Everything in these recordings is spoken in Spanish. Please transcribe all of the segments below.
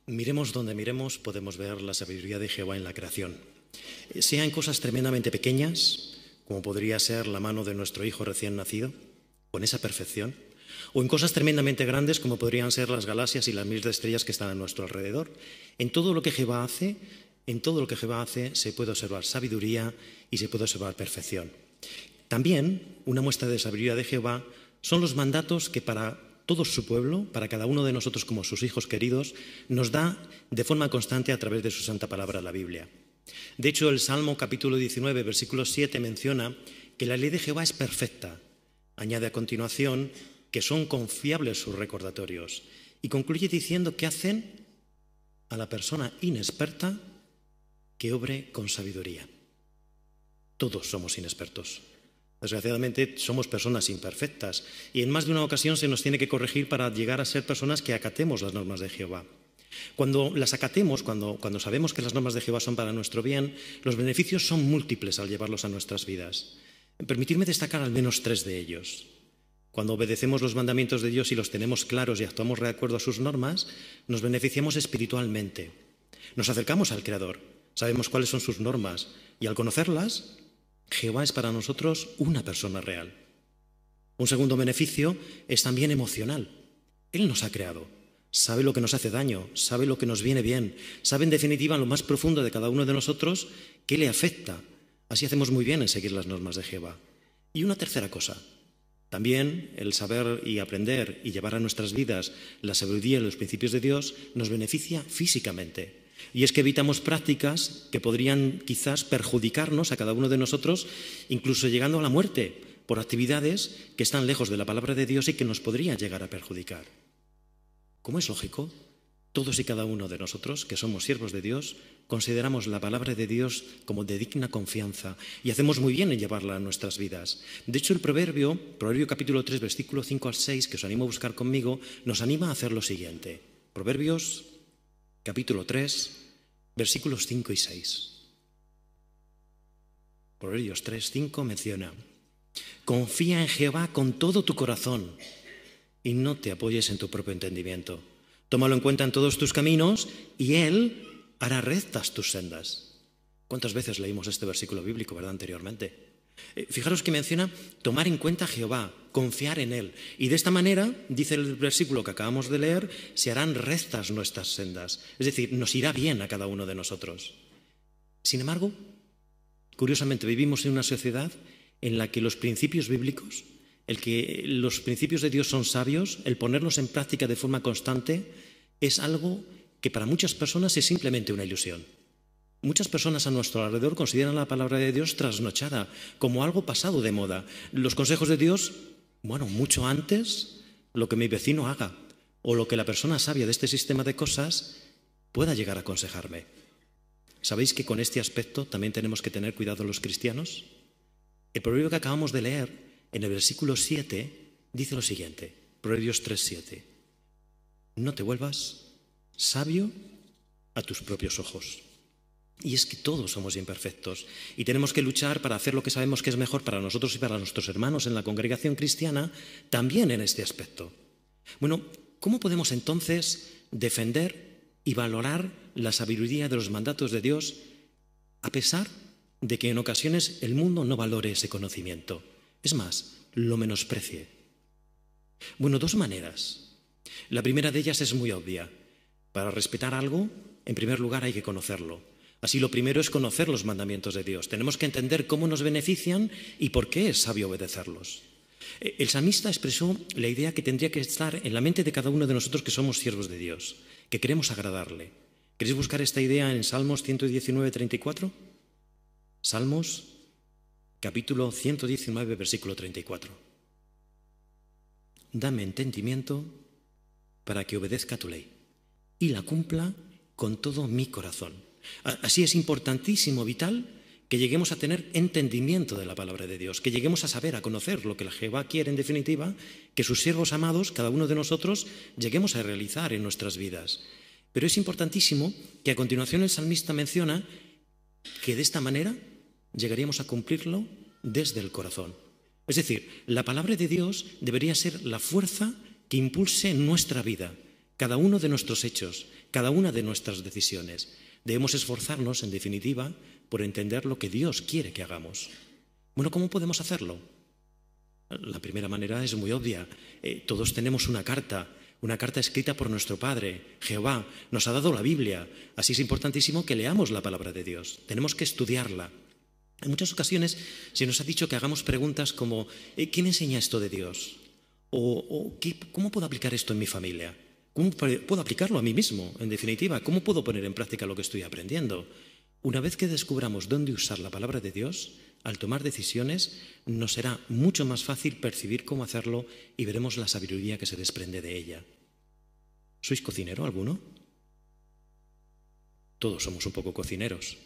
Miremos donde miremos, podemos ver la sabiduría de Jehová en la creación. Sea en cosas tremendamente pequeñas, como podría ser la mano de nuestro hijo recién nacido, con esa perfección, o en cosas tremendamente grandes, como podrían ser las galaxias y las miles de estrellas que están a nuestro alrededor. En todo lo que Jehová hace, se puede observar sabiduría y se puede observar perfección. También, una muestra de sabiduría de Jehová son los mandatos que para todo su pueblo, para cada uno de nosotros como sus hijos queridos, nos da de forma constante a través de su santa palabra, la Biblia. De hecho, el Salmo capítulo 19, versículo 7 menciona que la ley de Jehová es perfecta. Añade a continuación que son confiables sus recordatorios y concluye diciendo que hacen a la persona inexperta que obre con sabiduría. Todos somos inexpertos. Desgraciadamente somos personas imperfectas y en más de una ocasión se nos tiene que corregir para llegar a ser personas que acatemos las normas de Jehová. Cuando las acatemos, cuando sabemos que las normas de Jehová son para nuestro bien, los beneficios son múltiples al llevarlos a nuestras vidas. Permitidme destacar al menos 3 de ellos. Cuando obedecemos los mandamientos de Dios y los tenemos claros y actuamos de acuerdo a sus normas, nos beneficiamos espiritualmente. Nos acercamos al Creador, sabemos cuáles son sus normas y al conocerlas, Jehová es para nosotros una persona real. Un segundo beneficio es también emocional. Él nos ha creado, sabe lo que nos hace daño, sabe lo que nos viene bien, sabe en definitiva en lo más profundo de cada uno de nosotros qué le afecta. Así hacemos muy bien en seguir las normas de Jehová. Y una tercera cosa, también el saber y aprender y llevar a nuestras vidas la sabiduría y los principios de Dios nos beneficia físicamente. Y es que evitamos prácticas que podrían quizás perjudicarnos a cada uno de nosotros, incluso llegando a la muerte, por actividades que están lejos de la palabra de Dios y que nos podrían llegar a perjudicar. Como es lógico, todos y cada uno de nosotros, que somos siervos de Dios, consideramos la palabra de Dios como de digna confianza y hacemos muy bien en llevarla a nuestras vidas. De hecho, el Proverbio capítulo 3, versículo 5 al 6, que os animo a buscar conmigo, nos anima a hacer lo siguiente. Proverbios capítulo 3, versículos 5 y 6. Proverbios 3, 5 menciona: confía en Jehová con todo tu corazón y no te apoyes en tu propio entendimiento. Tómalo en cuenta en todos tus caminos y Él hará rectas tus sendas. ¿Cuántas veces leímos este versículo bíblico, verdad, anteriormente? Fijaros que menciona tomar en cuenta a Jehová, confiar en Él. Y de esta manera, dice el versículo que acabamos de leer, se harán rectas nuestras sendas. Es decir, nos irá bien a cada uno de nosotros. Sin embargo, curiosamente, vivimos en una sociedad en la que los principios bíblicos, el que los principios de Dios son sabios, el ponerlos en práctica de forma constante, es algo que para muchas personas es simplemente una ilusión. Muchas personas a nuestro alrededor consideran la palabra de Dios trasnochada, como algo pasado de moda. Los consejos de Dios, mucho antes lo que mi vecino haga o lo que la persona sabia de este sistema de cosas pueda llegar a aconsejarme. ¿Sabéis que con este aspecto también tenemos que tener cuidado los cristianos? El proverbio que acabamos de leer, en el versículo 7, dice lo siguiente, Proverbios 3:7. No te vuelvas sabio a tus propios ojos. Y es que todos somos imperfectos y tenemos que luchar para hacer lo que sabemos que es mejor para nosotros y para nuestros hermanos en la congregación cristiana, también en este aspecto. ¿Cómo podemos entonces defender y valorar la sabiduría de los mandatos de Dios a pesar de que en ocasiones el mundo no valore ese conocimiento? Es más, lo menosprecie. 2 maneras. La primera de ellas es muy obvia. Para respetar algo, en primer lugar hay que conocerlo. Así, lo primero es conocer los mandamientos de Dios. Tenemos que entender cómo nos benefician y por qué es sabio obedecerlos. El salmista expresó la idea que tendría que estar en la mente de cada uno de nosotros que somos siervos de Dios, que queremos agradarle. ¿Queréis buscar esta idea en Salmos 119, 34? Salmos, capítulo 119, versículo 34. Dame entendimiento para que obedezca tu ley y la cumpla con todo mi corazón. Así es importantísimo, vital, que lleguemos a tener entendimiento de la palabra de Dios, que lleguemos a saber, a conocer lo que Jehová quiere en definitiva, que sus siervos amados, cada uno de nosotros, lleguemos a realizar en nuestras vidas. Pero es importantísimo que a continuación el salmista menciona que de esta manera llegaríamos a cumplirlo desde el corazón. Es decir, la palabra de Dios debería ser la fuerza que impulse nuestra vida, cada uno de nuestros hechos, cada una de nuestras decisiones. Debemos esforzarnos, en definitiva, por entender lo que Dios quiere que hagamos. Bueno, ¿cómo podemos hacerlo? La primera manera es muy obvia. Todos tenemos una carta escrita por nuestro Padre, Jehová. Nos ha dado la Biblia. Así es importantísimo que leamos la palabra de Dios. Tenemos que estudiarla. En muchas ocasiones se nos ha dicho que hagamos preguntas como ¿quién enseña esto de Dios? ¿Cómo puedo aplicar esto en mi familia? ¿Cómo puedo aplicarlo a mí mismo? En definitiva, ¿cómo puedo poner en práctica lo que estoy aprendiendo? Una vez que descubramos dónde usar la palabra de Dios, al tomar decisiones, nos será mucho más fácil percibir cómo hacerlo y veremos la sabiduría que se desprende de ella. ¿Sois cocinero alguno? Todos somos un poco cocineros.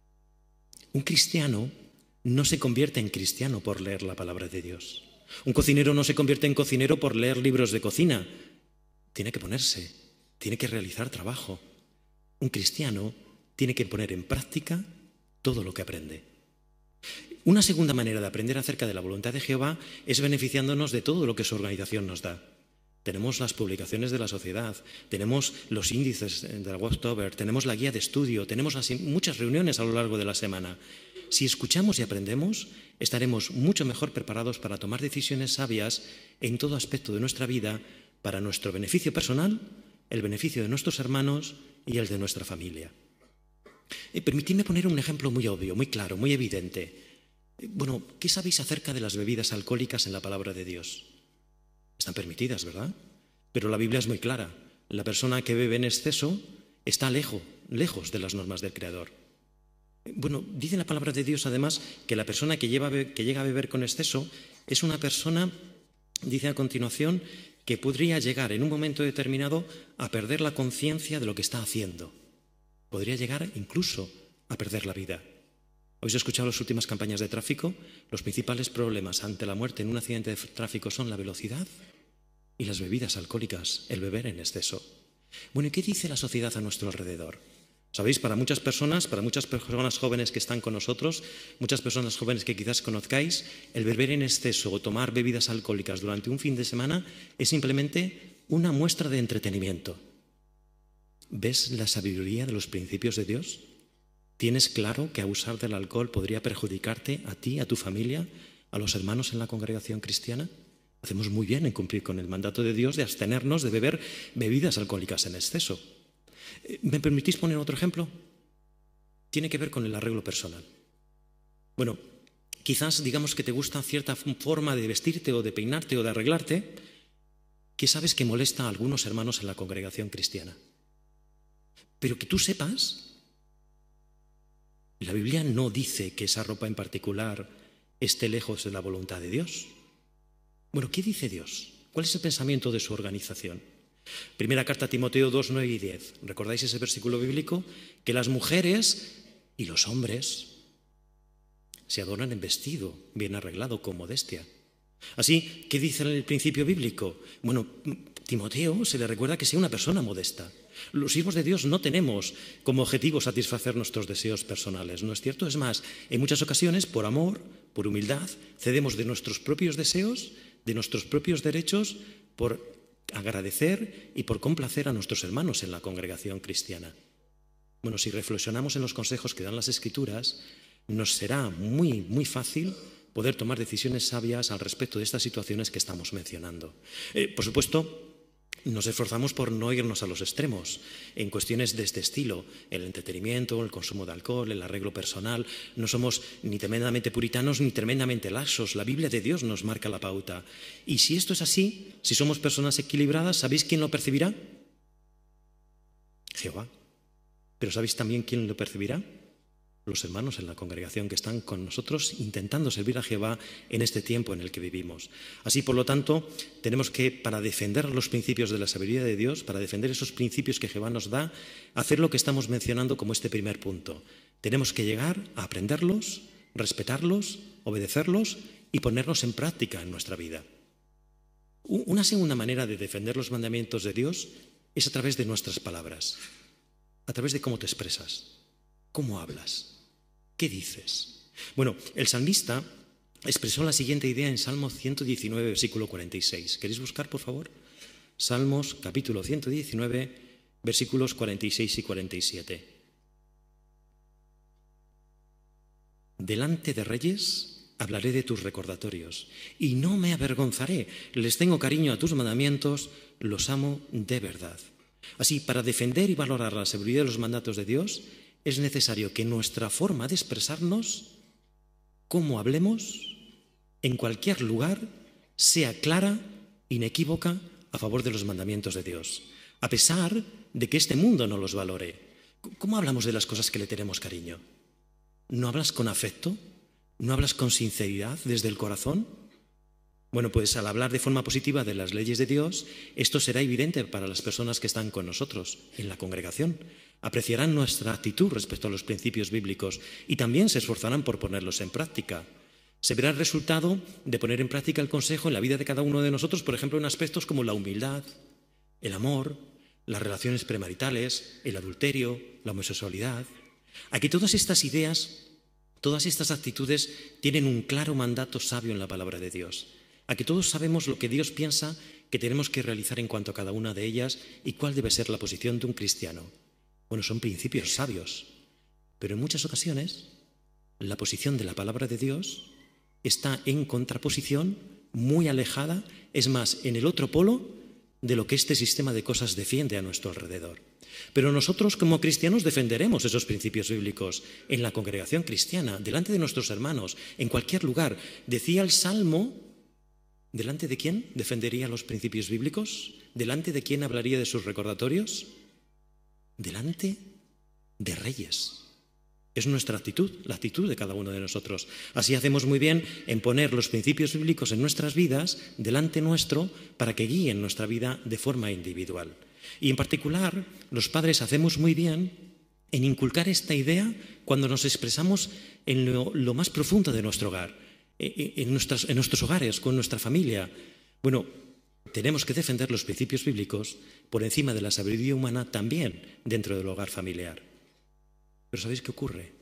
Un cristiano no se convierte en cristiano por leer la palabra de Dios. Un cocinero no se convierte en cocinero por leer libros de cocina. Tiene que ponerse, tiene que realizar trabajo. Un cristiano tiene que poner en práctica todo lo que aprende. Una segunda manera de aprender acerca de la voluntad de Jehová es beneficiándonos de todo lo que su organización nos da. Tenemos las publicaciones de la sociedad, tenemos los índices de la Watchtower, tenemos la guía de estudio, tenemos muchas reuniones a lo largo de la semana. Si escuchamos y aprendemos, estaremos mucho mejor preparados para tomar decisiones sabias en todo aspecto de nuestra vida para nuestro beneficio personal, el beneficio de nuestros hermanos y el de nuestra familia. Permitidme poner un ejemplo muy obvio, muy claro, muy evidente. Bueno, ¿qué sabéis acerca de las bebidas alcohólicas en la palabra de Dios? Están permitidas, ¿verdad? Pero la Biblia es muy clara. La persona que bebe en exceso está lejos de las normas del Creador. Bueno, dice la palabra de Dios además que la persona que llega a beber con exceso es una persona, dice a continuación, que podría llegar en un momento determinado a perder la conciencia de lo que está haciendo. Podría llegar incluso a perder la vida. ¿Habéis escuchado las últimas campañas de tráfico? Los principales problemas ante la muerte en un accidente de tráfico son la velocidad y las bebidas alcohólicas, el beber en exceso. Bueno, ¿y qué dice la sociedad a nuestro alrededor? ¿Sabéis? Para muchas personas jóvenes que están con nosotros, muchas personas jóvenes que quizás conozcáis, el beber en exceso o tomar bebidas alcohólicas durante un fin de semana es simplemente una muestra de entretenimiento. ¿Ves la sabiduría de los principios de Dios? ¿Tienes claro que abusar del alcohol podría perjudicarte a ti, a tu familia, a los hermanos en la congregación cristiana? Hacemos muy bien en cumplir con el mandato de Dios de abstenernos de beber bebidas alcohólicas en exceso. ¿Me permitís poner otro ejemplo? Tiene que ver con el arreglo personal. Bueno, quizás digamos que te gusta cierta forma de vestirte o de peinarte o de arreglarte que sabes que molesta a algunos hermanos en la congregación cristiana. Pero que tú sepas, la Biblia no dice que esa ropa en particular esté lejos de la voluntad de Dios. Bueno, ¿qué dice Dios? ¿Cuál es el pensamiento de su organización? Primera carta a Timoteo 2, 9 y 10. ¿Recordáis ese versículo bíblico? Que las mujeres y los hombres se adornan en vestido, bien arreglado, con modestia. Así, ¿qué dice el principio bíblico? Bueno, Timoteo se le recuerda que sea una persona modesta. Los hijos de Dios no tenemos como objetivo satisfacer nuestros deseos personales, ¿no es cierto? Es más, en muchas ocasiones, por amor, por humildad, cedemos de nuestros propios deseos, de nuestros propios derechos, por agradecer y por complacer a nuestros hermanos en la congregación cristiana. Bueno, si reflexionamos en los consejos que dan las Escrituras, nos será muy, muy fácil poder tomar decisiones sabias al respecto de estas situaciones que estamos mencionando. Por supuesto, nos esforzamos por no irnos a los extremos en cuestiones de este estilo, el entretenimiento, el consumo de alcohol, el arreglo personal. No somos ni tremendamente puritanos ni tremendamente laxos. La Biblia de Dios nos marca la pauta. Y si esto es así, si somos personas equilibradas, ¿sabéis quién lo percibirá? Jehová. Pero ¿sabéis también quién lo percibirá? Los hermanos en la congregación que están con nosotros intentando servir a Jehová en este tiempo en el que vivimos. Así, por lo tanto, tenemos que, para defender los principios de la sabiduría de Dios, para defender esos principios que Jehová nos da, hacer lo que estamos mencionando como este primer punto. Tenemos que llegar a aprenderlos, respetarlos, obedecerlos y ponerlos en práctica en nuestra vida. Una segunda manera de defender los mandamientos de Dios es a través de nuestras palabras, a través de cómo te expresas. ¿Cómo hablas? ¿Qué dices? Bueno, el salmista expresó la siguiente idea en Salmo 119, versículo 46. ¿Queréis buscar, por favor? Salmos capítulo 119, versículos 46 y 47. Delante de reyes hablaré de tus recordatorios y no me avergonzaré. Les tengo cariño a tus mandamientos, los amo de verdad. Así, para defender y valorar la seguridad de los mandatos de Dios, es necesario que nuestra forma de expresarnos, cómo hablemos, en cualquier lugar, sea clara, inequívoca, a favor de los mandamientos de Dios, a pesar de que este mundo no los valore. ¿Cómo hablamos de las cosas que le tenemos cariño? ¿No hablas con afecto? ¿No hablas con sinceridad desde el corazón? Bueno, pues al hablar de forma positiva de las leyes de Dios, esto será evidente para las personas que están con nosotros en la congregación. Apreciarán nuestra actitud respecto a los principios bíblicos y también se esforzarán por ponerlos en práctica. Se verá el resultado de poner en práctica el consejo en la vida de cada uno de nosotros, por ejemplo, en aspectos como la humildad, el amor, las relaciones premaritales, el adulterio, la homosexualidad. Aquí todas estas ideas, todas estas actitudes tienen un claro mandato sabio en la palabra de Dios. Aquí todos sabemos lo que Dios piensa que tenemos que realizar en cuanto a cada una de ellas y cuál debe ser la posición de un cristiano. Bueno, son principios sabios, pero en muchas ocasiones la posición de la palabra de Dios está en contraposición, muy alejada, es más, en el otro polo de lo que este sistema de cosas defiende a nuestro alrededor. Pero nosotros como cristianos defenderemos esos principios bíblicos en la congregación cristiana, delante de nuestros hermanos, en cualquier lugar. Decía el Salmo, ¿delante de quién defendería los principios bíblicos? ¿Delante de quién hablaría de sus recordatorios? Delante de reyes. Es nuestra actitud, la actitud de cada uno de nosotros. Así hacemos muy bien en poner los principios bíblicos en nuestras vidas, delante nuestro, para que guíen nuestra vida de forma individual. Y en particular, los padres hacemos muy bien en inculcar esta idea cuando nos expresamos en lo más profundo de nuestro hogar, en nuestros hogares, con nuestra familia. Bueno, tenemos que defender los principios bíblicos por encima de la sabiduría humana también dentro del hogar familiar. Pero ¿sabéis qué ocurre?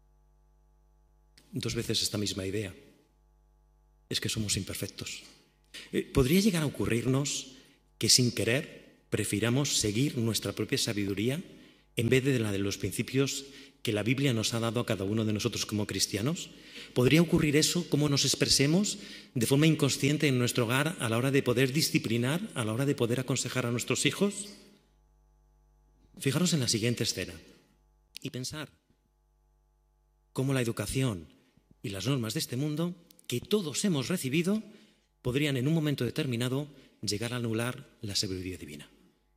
Dos veces esta misma idea. Es que somos imperfectos. ¿Podría llegar a ocurrirnos que sin querer prefiramos seguir nuestra propia sabiduría en vez de la de los principios que la Biblia nos ha dado a cada uno de nosotros como cristianos? ¿Podría ocurrir eso, cómo nos expresemos de forma inconsciente en nuestro hogar a la hora de poder disciplinar, a la hora de poder aconsejar a nuestros hijos? Fijaros en la siguiente escena y pensar cómo la educación y las normas de este mundo que todos hemos recibido podrían en un momento determinado llegar a anular la sabiduría divina.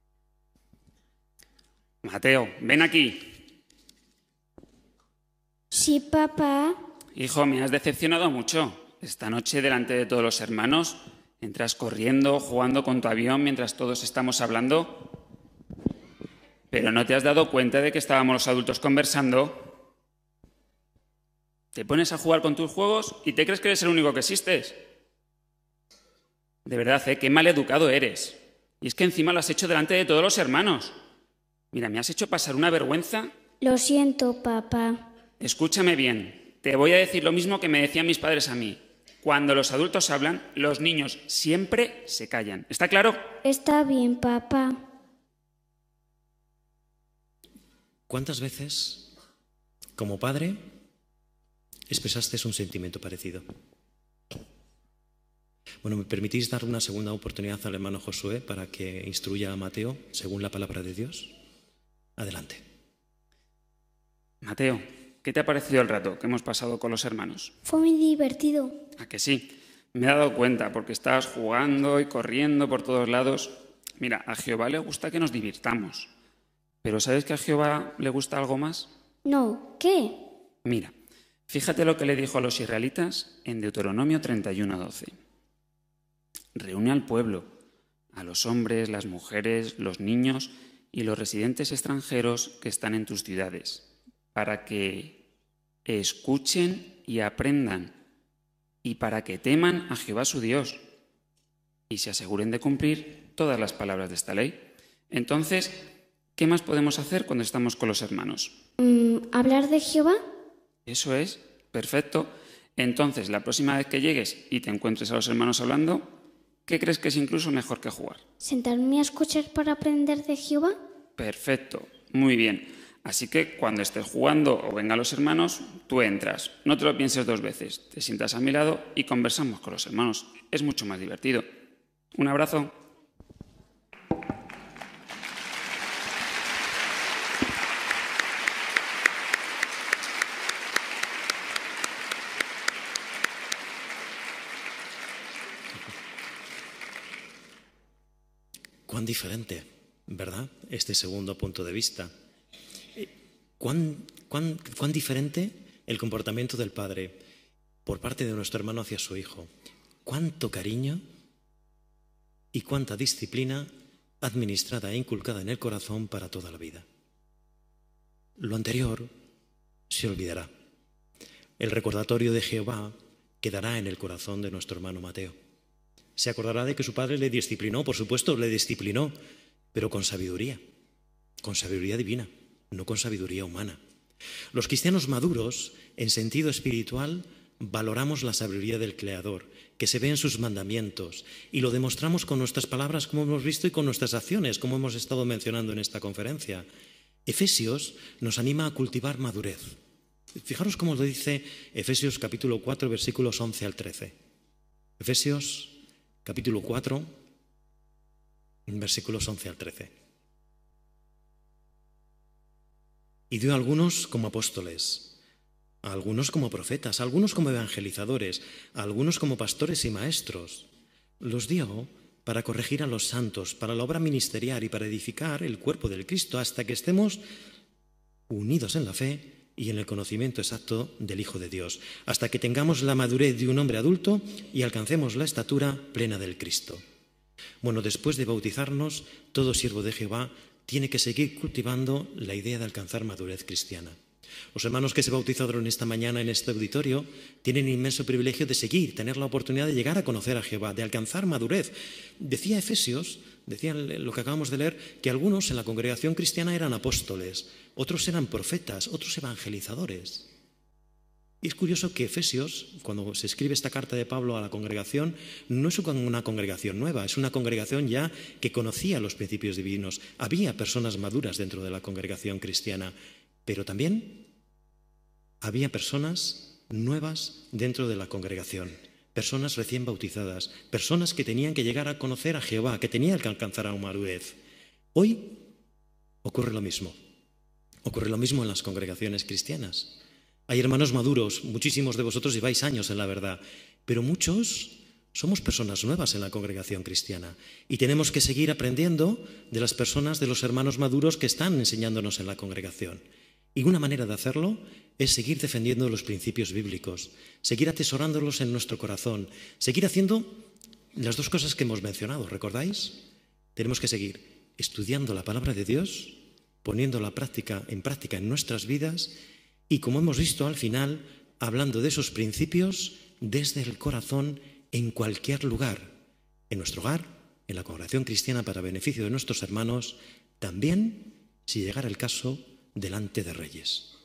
Mateo, ven aquí. Sí, papá. Hijo, me has decepcionado mucho. Esta noche, delante de todos los hermanos, entras corriendo, jugando con tu avión mientras todos estamos hablando. ¿Pero no te has dado cuenta de que estábamos los adultos conversando? Te pones a jugar con tus juegos y te crees que eres el único que existes. De verdad, qué mal educado eres. Y es que encima lo has hecho delante de todos los hermanos. Mira, me has hecho pasar una vergüenza. Lo siento, papá. Escúchame bien. Te voy a decir lo mismo que me decían mis padres a mí. Cuando los adultos hablan, los niños siempre se callan. ¿Está claro? Está bien, papá. ¿Cuántas veces, como padre, expresaste un sentimiento parecido? Bueno, ¿me permitís dar una segunda oportunidad al hermano Josué para que instruya a Mateo según la palabra de Dios? Adelante. Mateo, ¿qué te ha parecido el rato que hemos pasado con los hermanos? Fue muy divertido. ¿A que sí? Me he dado cuenta porque estabas jugando y corriendo por todos lados. Mira, a Jehová le gusta que nos divirtamos. ¿Pero sabes que a Jehová le gusta algo más? No, ¿qué? Mira, fíjate lo que le dijo a los israelitas en Deuteronomio 31:12. Reúne al pueblo, a los hombres, las mujeres, los niños y los residentes extranjeros que están en tus ciudades, para que escuchen y aprendan, y para que teman a Jehová su Dios, y se aseguren de cumplir todas las palabras de esta ley. Entonces, ¿qué más podemos hacer cuando estamos con los hermanos? ¿Hablar de Jehová? Eso es, perfecto. Entonces, la próxima vez que llegues y te encuentres a los hermanos hablando, ¿Qué crees que es incluso mejor que jugar? ¿Sentarme a escuchar para aprender de Jehová? Perfecto, muy bien. Así que cuando estés jugando o vengan los hermanos, tú entras. No te lo pienses 2 veces. Te sientas a mi lado y conversamos con los hermanos. Es mucho más divertido. Un abrazo. Cuán diferente, ¿verdad? Este segundo punto de vista. Cuán diferente el comportamiento del padre por parte de nuestro hermano hacia su hijo. Cuánto cariño y cuánta disciplina administrada e inculcada en el corazón para toda la vida. Lo anterior se olvidará. El recordatorio de Jehová quedará en el corazón de nuestro hermano Mateo. Se acordará de que su padre le disciplinó, por supuesto, le disciplinó, pero con sabiduría divina, no con sabiduría humana. Los cristianos maduros, en sentido espiritual, valoramos la sabiduría del Creador, que se ve en sus mandamientos, y lo demostramos con nuestras palabras, como hemos visto, y con nuestras acciones, como hemos estado mencionando en esta conferencia. Efesios nos anima a cultivar madurez. Fijaros cómo lo dice Efesios capítulo 4, versículos 11 al 13. Efesios capítulo 4, versículos 11 al 13. Y dio a algunos como apóstoles, a algunos como profetas, a algunos como evangelizadores, a algunos como pastores y maestros. Los dio para corregir a los santos, para la obra ministerial y para edificar el cuerpo del Cristo hasta que estemos unidos en la fe y en el conocimiento exacto del Hijo de Dios, hasta que tengamos la madurez de un hombre adulto y alcancemos la estatura plena del Cristo. Bueno, después de bautizarnos, todo siervo de Jehová tiene que seguir cultivando la idea de alcanzar madurez cristiana. Los hermanos que se bautizaron esta mañana en este auditorio tienen el inmenso privilegio de tener la oportunidad de llegar a conocer a Jehová, de alcanzar madurez. Decía Efesios, decía lo que acabamos de leer, que algunos en la congregación cristiana eran apóstoles, otros eran profetas, otros evangelizadores. Y es curioso que Efesios, cuando se escribe esta carta de Pablo a la congregación, no es una congregación nueva, es una congregación ya que conocía los principios divinos. Había personas maduras dentro de la congregación cristiana, pero también había personas nuevas dentro de la congregación, personas recién bautizadas, personas que tenían que llegar a conocer a Jehová, que tenían que alcanzar a una madurez. Hoy ocurre lo mismo en las congregaciones cristianas. Hay hermanos maduros, muchísimos de vosotros lleváis años en la verdad, pero muchos somos personas nuevas en la congregación cristiana y tenemos que seguir aprendiendo de las personas, de los hermanos maduros que están enseñándonos en la congregación. Y una manera de hacerlo es seguir defendiendo los principios bíblicos, seguir atesorándolos en nuestro corazón, seguir haciendo las 2 cosas que hemos mencionado, ¿recordáis? Tenemos que seguir estudiando la palabra de Dios, poniéndola en práctica en nuestras vidas y, como hemos visto al final, hablando de esos principios desde el corazón en cualquier lugar, en nuestro hogar, en la congregación cristiana para beneficio de nuestros hermanos, también, si llegara el caso, delante de reyes.